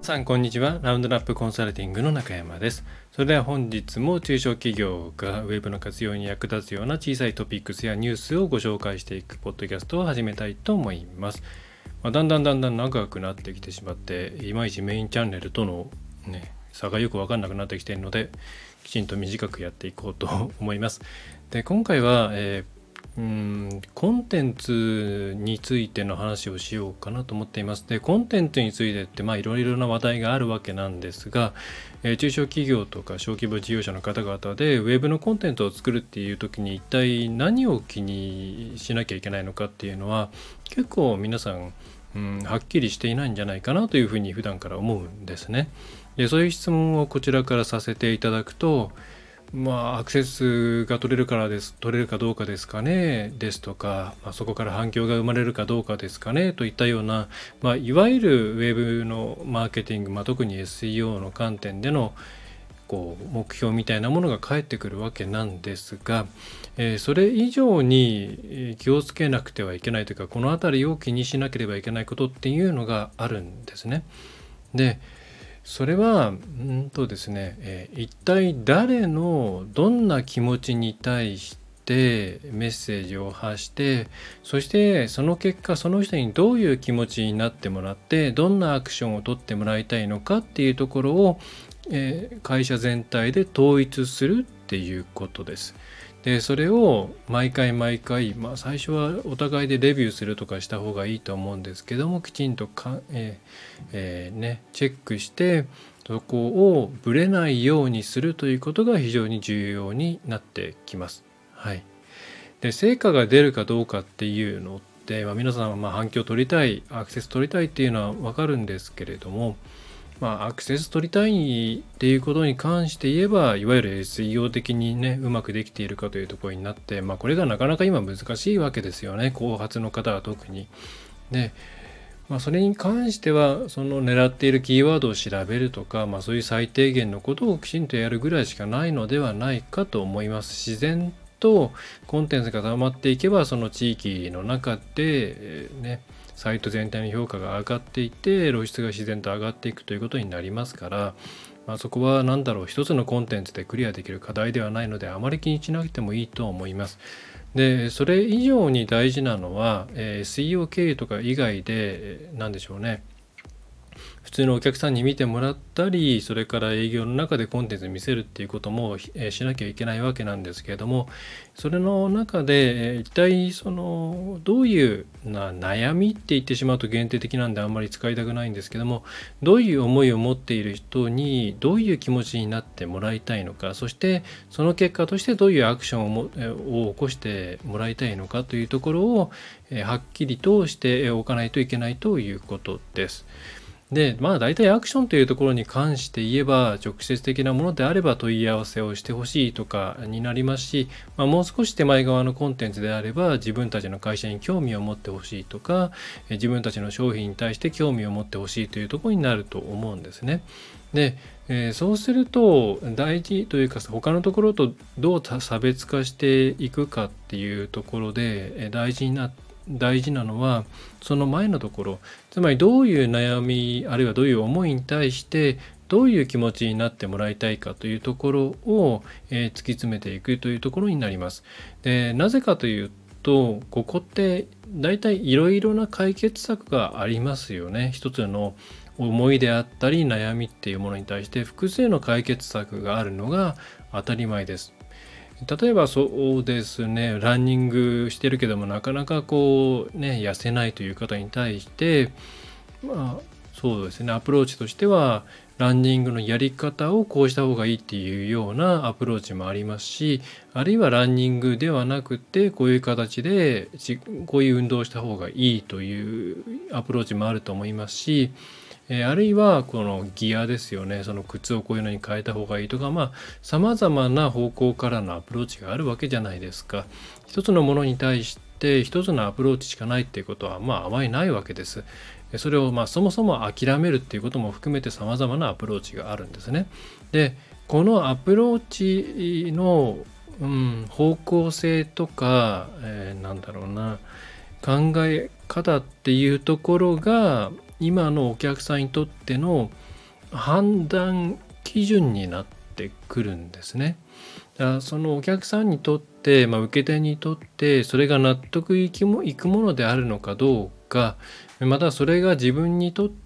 さんこんにちは。ラウンドラップコンサルティングの中山です。それでは本日も中小企業がウェブの活用に役立つような小さいトピックスやニュースをご紹介していくポッドキャストを始めたいと思います。だんだん長くなってきてしまって、いまいちメインチャンネルとの、差がよく分かんなくなってきているので、きちんと短くやっていこうと思います。で、今回は、コンテンツについての話をしようかなと思っています。で、コンテンツについてっていろいろな話題があるわけなんですが、中小企業とか小規模事業者の方々でウェブのコンテンツを作るっていう時に一体何を気にしなきゃいけないのかっていうのは結構皆さん、はっきりしていないんじゃないかなというふうに普段から思うんですね。で、そういう質問をこちらからさせていただくと、アクセスが取れるかどうかですかねですとか、そこから反響が生まれるかどうかですかねといったような、いわゆるウェブのマーケティング、特に SEO の観点での目標みたいなものが返ってくるわけなんですが、それ以上に気をつけなくてはいけないというか、このあたりを気にしなければいけないことっていうのがあるんですね。で、それはですね、一体誰のどんな気持ちに対してメッセージを発して、そしてその結果その人にどういう気持ちになってもらってどんなアクションを取ってもらいたいのかっていうところを、会社全体で統一するっていうことです。で、それを毎回、最初はお互いでレビューするとかした方がいいと思うんですけども、きちんとチェックしてそこをぶれないようにするということが非常に重要になってきます。はい。で、成果が出るかどうかっていうのって、皆さんは反響を取りたい、アクセス取りたいっていうのは分かるんですけれども、アクセス取りたいっていうことに関して言えば、いわゆる SEO 的にね、うまくできているかというところになって、これがなかなか今難しいわけですよね。後発の方は特に。で、それに関しては、その狙っているキーワードを調べるとか、そういう最低限のことをきちんとやるぐらいしかないのではないかと思います。自然とコンテンツが溜まっていけば、その地域の中で、サイト全体の評価が上がっていって露出が自然と上がっていくということになりますから、そこは一つのコンテンツでクリアできる課題ではないので、あまり気にしなくてもいいと思います。で、それ以上に大事なのは、SEO 経由とか以外で何でしょうね、普通のお客さんに見てもらったり、それから営業の中でコンテンツ見せるっていうこともしなきゃいけないわけなんですけれども、それの中で一体どういう悩みって言ってしまうと限定的なんであんまり使いたくないんですけども、どういう思いを持っている人にどういう気持ちになってもらいたいのか、そしてその結果としてどういうアクションを起こしてもらいたいのかというところをはっきりとしておかないといけないということです。で、大体アクションというところに関して言えば、直接的なものであれば問い合わせをしてほしいとかになりますし、もう少し手前側のコンテンツであれば、自分たちの会社に興味を持ってほしいとか、自分たちの商品に対して興味を持ってほしいというところになると思うんですね。で、そうすると大事というか、他のところとどう差別化していくかっていうところで大事なのはその前のところ、つまりどういう悩みあるいはどういう思いに対してどういう気持ちになってもらいたいかというところを、突き詰めていくというところになります。で、なぜかというと、ここって大体いろいろな解決策がありますよね。一つの思いであったり悩みっていうものに対して複数の解決策があるのが当たり前です。例えばそうですね、ランニングしてるけどもなかなか痩せないという方に対して、そうですね、アプローチとしてはランニングのやり方をこうした方がいいっていうようなアプローチもありますし、あるいはランニングではなくてこういう形でこういう運動をした方がいいというアプローチもあると思いますし、あるいはこのギアですよね。その靴をこういうのに変えた方がいいとか、様々な方向からのアプローチがあるわけじゃないですか。一つのものに対して一つのアプローチしかないっていうことはあまりないわけです。それをそもそも諦めるっていうことも含めて様々なアプローチがあるんですね。で、このアプローチの、方向性とか、考え方っていうところが今のお客さんにとっての判断基準になってくるんですね。だからそのお客さんにとって、受け手にとってそれが納得いくものであるのかどうか、またそれが自分にとって、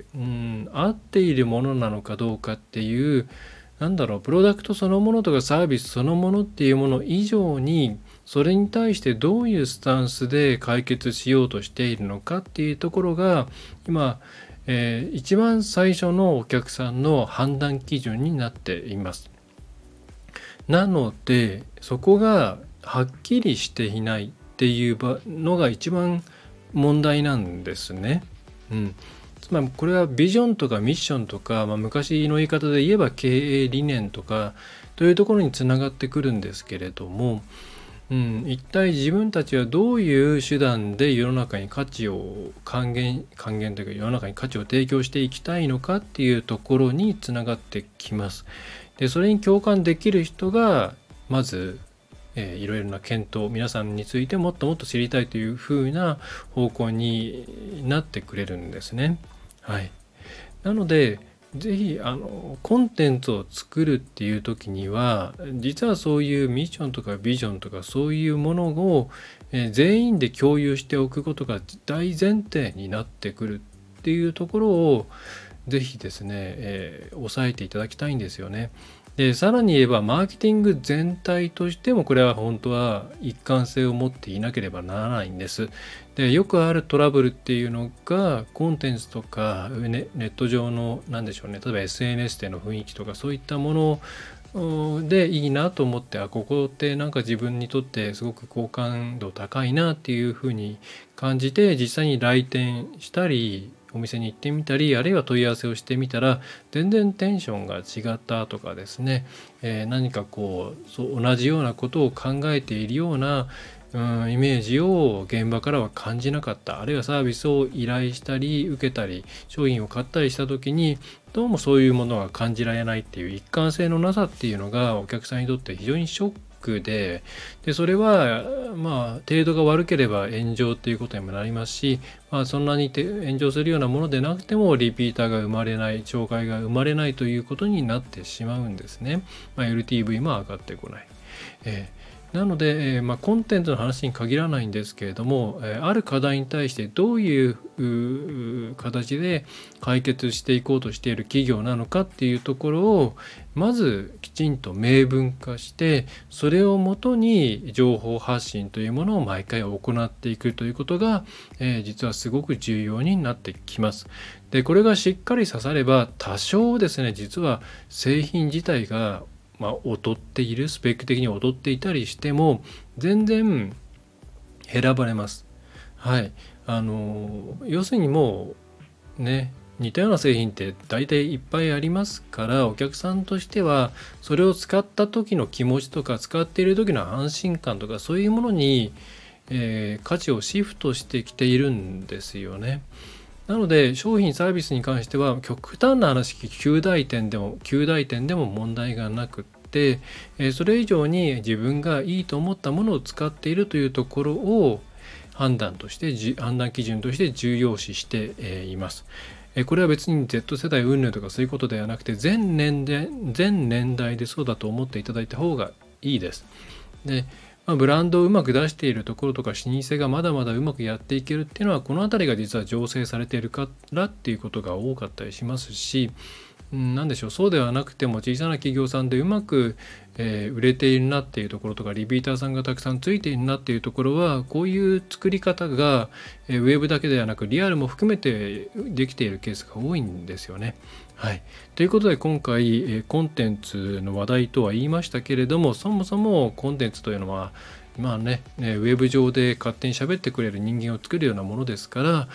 合っているものなのかどうかっていう、プロダクトそのものとかサービスそのものっていうもの以上に、それに対してどういうスタンスで解決しようとしているのかっていうところが今、一番最初のお客さんの判断基準になっています。なのでそこがはっきりしていないっていうのが一番問題なんですね。つまりこれはビジョンとかミッションとか、昔の言い方で言えば経営理念とかというところにつながってくるんですけれども、一体自分たちはどういう手段で世の中に価値を還元というか世の中に価値を提供していきたいのかっていうところにつながってきます。でそれに共感できる人がまず、いろいろな検討、皆さんについてもっともっと知りたいというふうな方向になってくれるんですね。はい。なのでぜひコンテンツを作るっていう時には実はそういうミッションとかビジョンとかそういうものを、全員で共有しておくことが大前提になってくるっていうところをぜひですね、押さえていただきたいんですよね。でさらに言えばマーケティング全体としてもこれは本当は一貫性を持っていなければならないんです。でよくあるトラブルっていうのがコンテンツとかネット上の何でしょうね、例えば SNS での雰囲気とかそういったものでいいなと思って、ここってなんか自分にとってすごく好感度高いなっていうふうに感じて実際に来店したりお店に行ってみたり、あるいは問い合わせをしてみたら全然テンションが違ったとかですね、何かそう同じようなことを考えているようなイメージを現場からは感じなかった、あるいはサービスを依頼したり受けたり商品を買ったりした時にどうもそういうものが感じられないっていう一貫性のなさっていうのがお客さんにとって非常にショックでそれは程度が悪ければ炎上っていうことにもなりますし、そんなに炎上するようなものでなくてもリピーターが生まれない、紹介が生まれないということになってしまうんですね。LTV も上がってこない。なので、コンテンツの話に限らないんですけれども、ある課題に対してどういう形で解決していこうとしている企業なのかっていうところをまずきちんと明文化して、それをもとに情報発信というものを毎回行っていくということが、実はすごく重要になってきます。でこれがしっかり刺されば多少ですね、実は製品自体が劣っている、スペック的に劣っていたりしても全然選ばれます。はい。要するにもうね、似たような製品って大体いっぱいありますから、お客さんとしてはそれを使った時の気持ちとか使っている時の安心感とかそういうものに、価値をシフトしてきているんですよね。なので商品サービスに関しては極端な話、9大点でも問題がなくって、それ以上に自分がいいと思ったものを使っているというところを判断基準として重要視しています。これは別に Z 世代云々とかそういうことではなくて全年代でそうだと思っていただいた方がいいです。でブランドをうまく出しているところとか老舗がまだまだうまくやっていけるっていうのはこの辺りが実は醸成されているからっていうことが多かったりしますし、なんでしょう、そうではなくても小さな企業さんでうまく、売れているなっていうところとかリピーターさんがたくさんついているなっていうところはこういう作り方が、ウェブだけではなくリアルも含めてできているケースが多いんですよね。はい、ということで今回、コンテンツの話題とは言いましたけれども、そもそもコンテンツというのはウェブ上で勝手に喋ってくれる人間を作るようなものですから、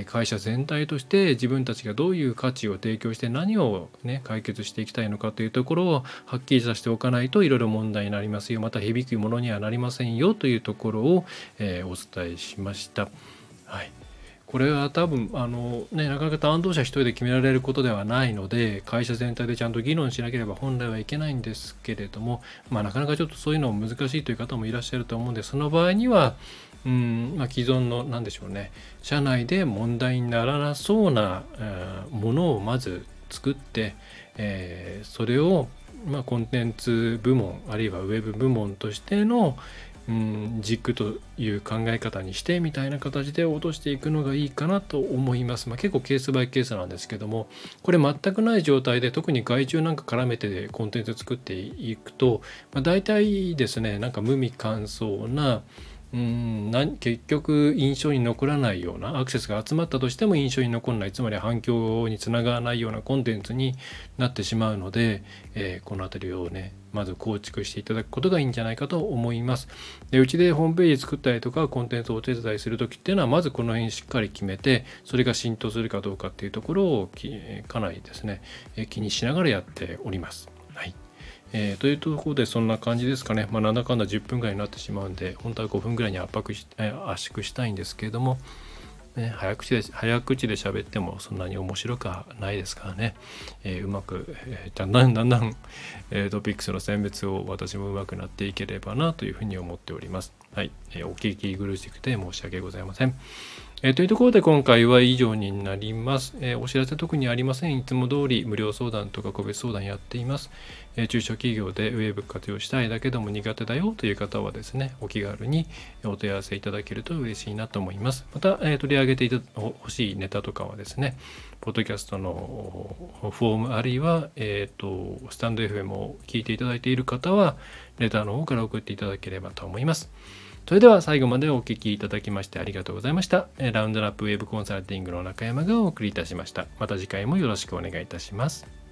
会社全体として自分たちがどういう価値を提供して何を、解決していきたいのかというところをはっきりさせておかないといろいろ問題になりますよ、また響くものにはなりませんよというところを、お伝えしました。はい。これは多分なかなか担当者一人で決められることではないので会社全体でちゃんと議論しなければ本来はいけないんですけれども、なかなかちょっとそういうの難しいという方もいらっしゃると思うんで、その場合には既存の社内で問題にならなそうなものをまず作って、それをコンテンツ部門あるいはウェブ部門としての軸という考え方にしてみたいな形で落としていくのがいいかなと思います。結構ケースバイケースなんですけども、これ全くない状態で特に外注なんか絡めてコンテンツ作っていくと、大体ですね無味乾燥な結局印象に残らないような、アクセスが集まったとしても印象に残らない、つまり反響につながらないようなコンテンツになってしまうので、このあたりをねまず構築していただくことがいいんじゃないかと思います。でうちでホームページ作ったりとかコンテンツをお手伝いするときっていうのはまずこの辺しっかり決めて、それが浸透するかどうかっていうところをかなりですね気にしながらやっております。はい。というところでそんな感じですかね。なんだかんだ10分ぐらいになってしまうんで、本当は5分ぐらいに圧縮したいんですけれども、早口で喋ってもそんなに面白くはないですからね、うまく、だんだんトピックスの選別を私もうまくなっていければなというふうに思っております。はい、お聞き苦しくて申し訳ございません。というところで今回は以上になります。お知らせ特にありません。いつも通り無料相談とか個別相談やっています。中小企業でウェブ活用したいだけでも苦手だよという方はですね、お気軽にお問い合わせいただけると嬉しいなと思います。また、取り上げてほしいネタとかはですね、ポッドキャストのフォームあるいは、スタンド FM を聞いていただいている方はレターの方から送っていただければと思います。それでは最後までお聞きいただきましてありがとうございました。ラウンドラップウェブコンサルティングの中山がお送りいたしました。また次回もよろしくお願いいたします。